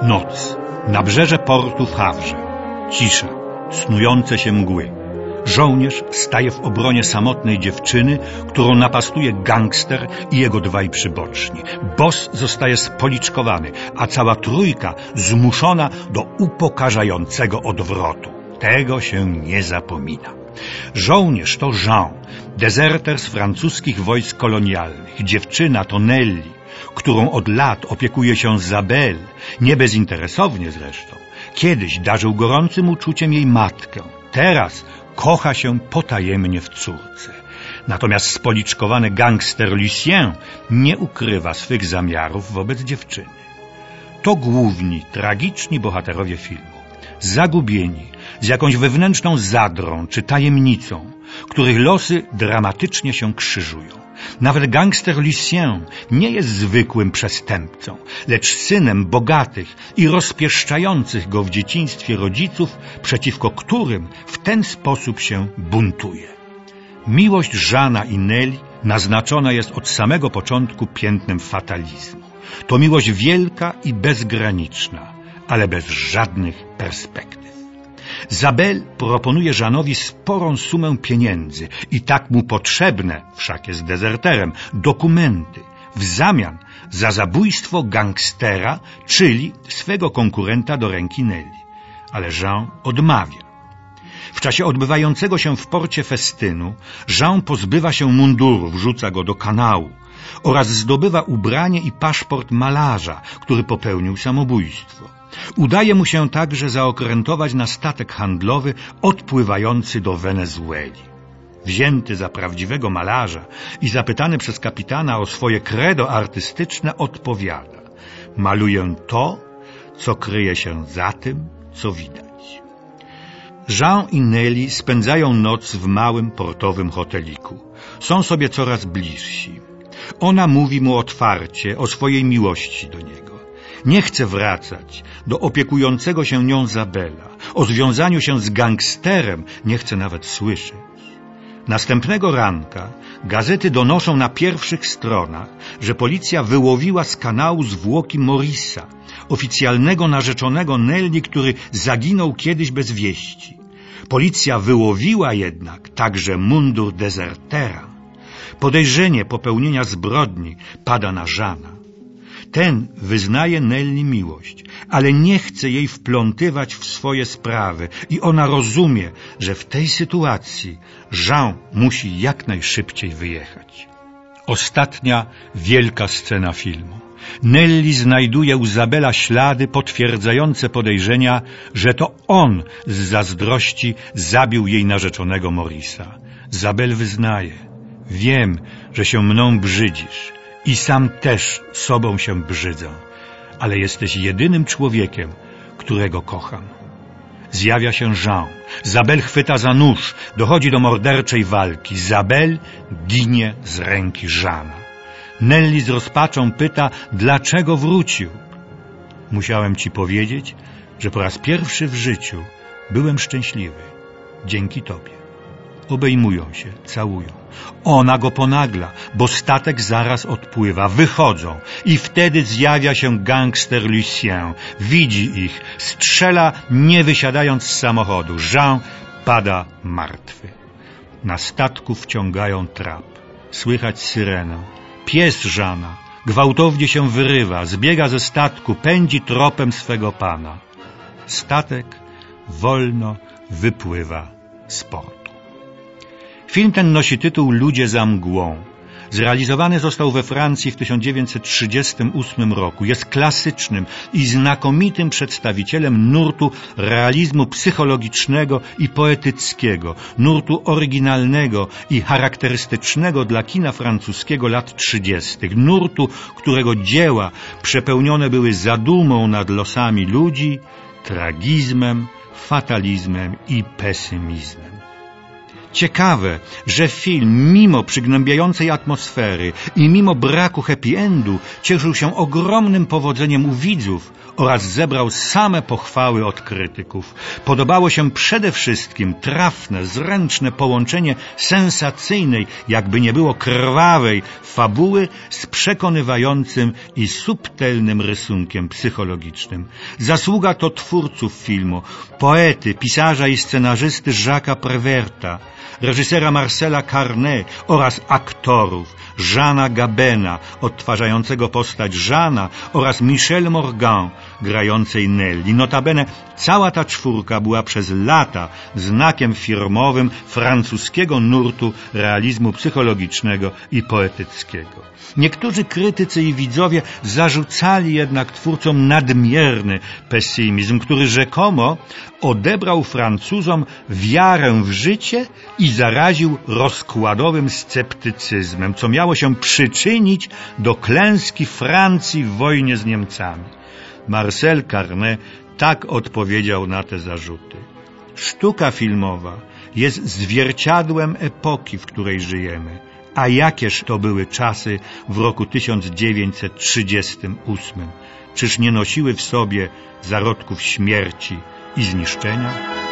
Noc. Nabrzeże portu w Hawrze. Cisza. Snujące się mgły. Żołnierz staje w obronie samotnej dziewczyny, którą napastuje gangster i jego dwaj przyboczni. Boss zostaje spoliczkowany, a cała trójka zmuszona do upokarzającego odwrotu. Tego się nie zapomina. Żołnierz to Jean, dezerter z francuskich wojsk kolonialnych. Dziewczyna to Nelly, którą od lat opiekuje się Zabel, nie bezinteresownie zresztą. Kiedyś darzył gorącym uczuciem jej matkę, teraz kocha się potajemnie w córce. Natomiast spoliczkowany gangster Lucien nie ukrywa swych zamiarów wobec dziewczyny. To główni, tragiczni bohaterowie filmu. Zagubieni, z jakąś wewnętrzną zadrą czy tajemnicą, których losy dramatycznie się krzyżują. Nawet gangster Lucien nie jest zwykłym przestępcą, lecz synem bogatych i rozpieszczających go w dzieciństwie rodziców, przeciwko którym w ten sposób się buntuje. Miłość Jeana i Nelly naznaczona jest od samego początku piętnem fatalizmu. To miłość wielka i bezgraniczna, ale bez żadnych perspektyw. Zabel proponuje Jeanowi sporą sumę pieniędzy i tak mu potrzebne, wszak jest dezerterem, dokumenty w zamian za zabójstwo gangstera, czyli swego konkurenta do ręki Nelly. Ale Jean odmawia. W czasie odbywającego się w porcie festynu Jean pozbywa się munduru, wrzuca go do kanału oraz zdobywa ubranie i paszport malarza, który popełnił samobójstwo. Udaje mu się także zaokrętować na statek handlowy odpływający do Wenezueli. Wzięty za prawdziwego malarza i zapytany przez kapitana o swoje credo artystyczne, odpowiada: maluję to, co kryje się za tym, co widać. Jean i Nelly spędzają noc w małym portowym hoteliku. Są sobie coraz bliżsi. Ona mówi mu otwarcie o swojej miłości do niego. Nie chce wracać do opiekującego się nią Zabela. O związaniu się z gangsterem nie chce nawet słyszeć. Następnego ranka gazety donoszą na pierwszych stronach, że policja wyłowiła z kanału zwłoki Morisa, oficjalnego narzeczonego Nelly, który zaginął kiedyś bez wieści. Policja wyłowiła jednak także mundur dezertera. Podejrzenie popełnienia zbrodni pada na Jeana. Ten wyznaje Nelly miłość, ale nie chce jej wplątywać w swoje sprawy i ona rozumie, że w tej sytuacji Jean musi jak najszybciej wyjechać. Ostatnia wielka scena filmu. Nelly znajduje u Zabela ślady potwierdzające podejrzenia, że to on z zazdrości zabił jej narzeczonego Morisa. Zabel wyznaje: wiem, że się mną brzydzisz i sam też sobą się brzydzę, ale jesteś jedynym człowiekiem, którego kocham. Zjawia się Jean. Zabel chwyta za nóż, dochodzi do morderczej walki. Zabel ginie z ręki Jeana. Nelly z rozpaczą pyta, dlaczego wrócił. Musiałem ci powiedzieć, że po raz pierwszy w życiu byłem szczęśliwy. Dzięki tobie. Obejmują się, całują. Ona go ponagla, bo statek zaraz odpływa. Wychodzą i wtedy zjawia się gangster Lucien. Widzi ich, strzela, nie wysiadając z samochodu. Jean pada martwy. Na statku wciągają trap. Słychać syrenę. Pies Jeana gwałtownie się wyrywa, zbiega ze statku, pędzi tropem swego pana. Statek wolno wypływa z portu. Film ten nosi tytuł Ludzie za mgłą. Zrealizowany został we Francji w 1938 roku. Jest klasycznym i znakomitym przedstawicielem nurtu realizmu psychologicznego i poetyckiego, nurtu oryginalnego i charakterystycznego dla kina francuskiego lat 30., nurtu, którego dzieła przepełnione były zadumą nad losami ludzi, tragizmem, fatalizmem i pesymizmem. Ciekawe, że film, mimo przygnębiającej atmosfery i mimo braku happy endu, cieszył się ogromnym powodzeniem u widzów oraz zebrał same pochwały od krytyków. Podobało się przede wszystkim trafne, zręczne połączenie sensacyjnej, jakby nie było krwawej fabuły z przekonywającym i subtelnym rysunkiem psychologicznym. Zasługa to twórców filmu, poety, pisarza i scenarzysty Jacques'a Préverta, reżysera Marcela Carné oraz aktorów Jeana Gabena, odtwarzającego postać Jeana, oraz Michèle Morgan, grającej Nelly. Notabene cała ta czwórka była przez lata znakiem firmowym francuskiego nurtu realizmu psychologicznego i poetyckiego. Niektórzy krytycy i widzowie zarzucali jednak twórcom nadmierny pesymizm, który rzekomo odebrał Francuzom wiarę w życie i zaraził rozkładowym sceptycyzmem, co miało się przyczynić do klęski Francji w wojnie z Niemcami. Marcel Carné tak odpowiedział na te zarzuty. Sztuka filmowa jest zwierciadłem epoki, w której żyjemy. A jakież to były czasy w roku 1938? Czyż nie nosiły w sobie zarodków śmierci i zniszczenia?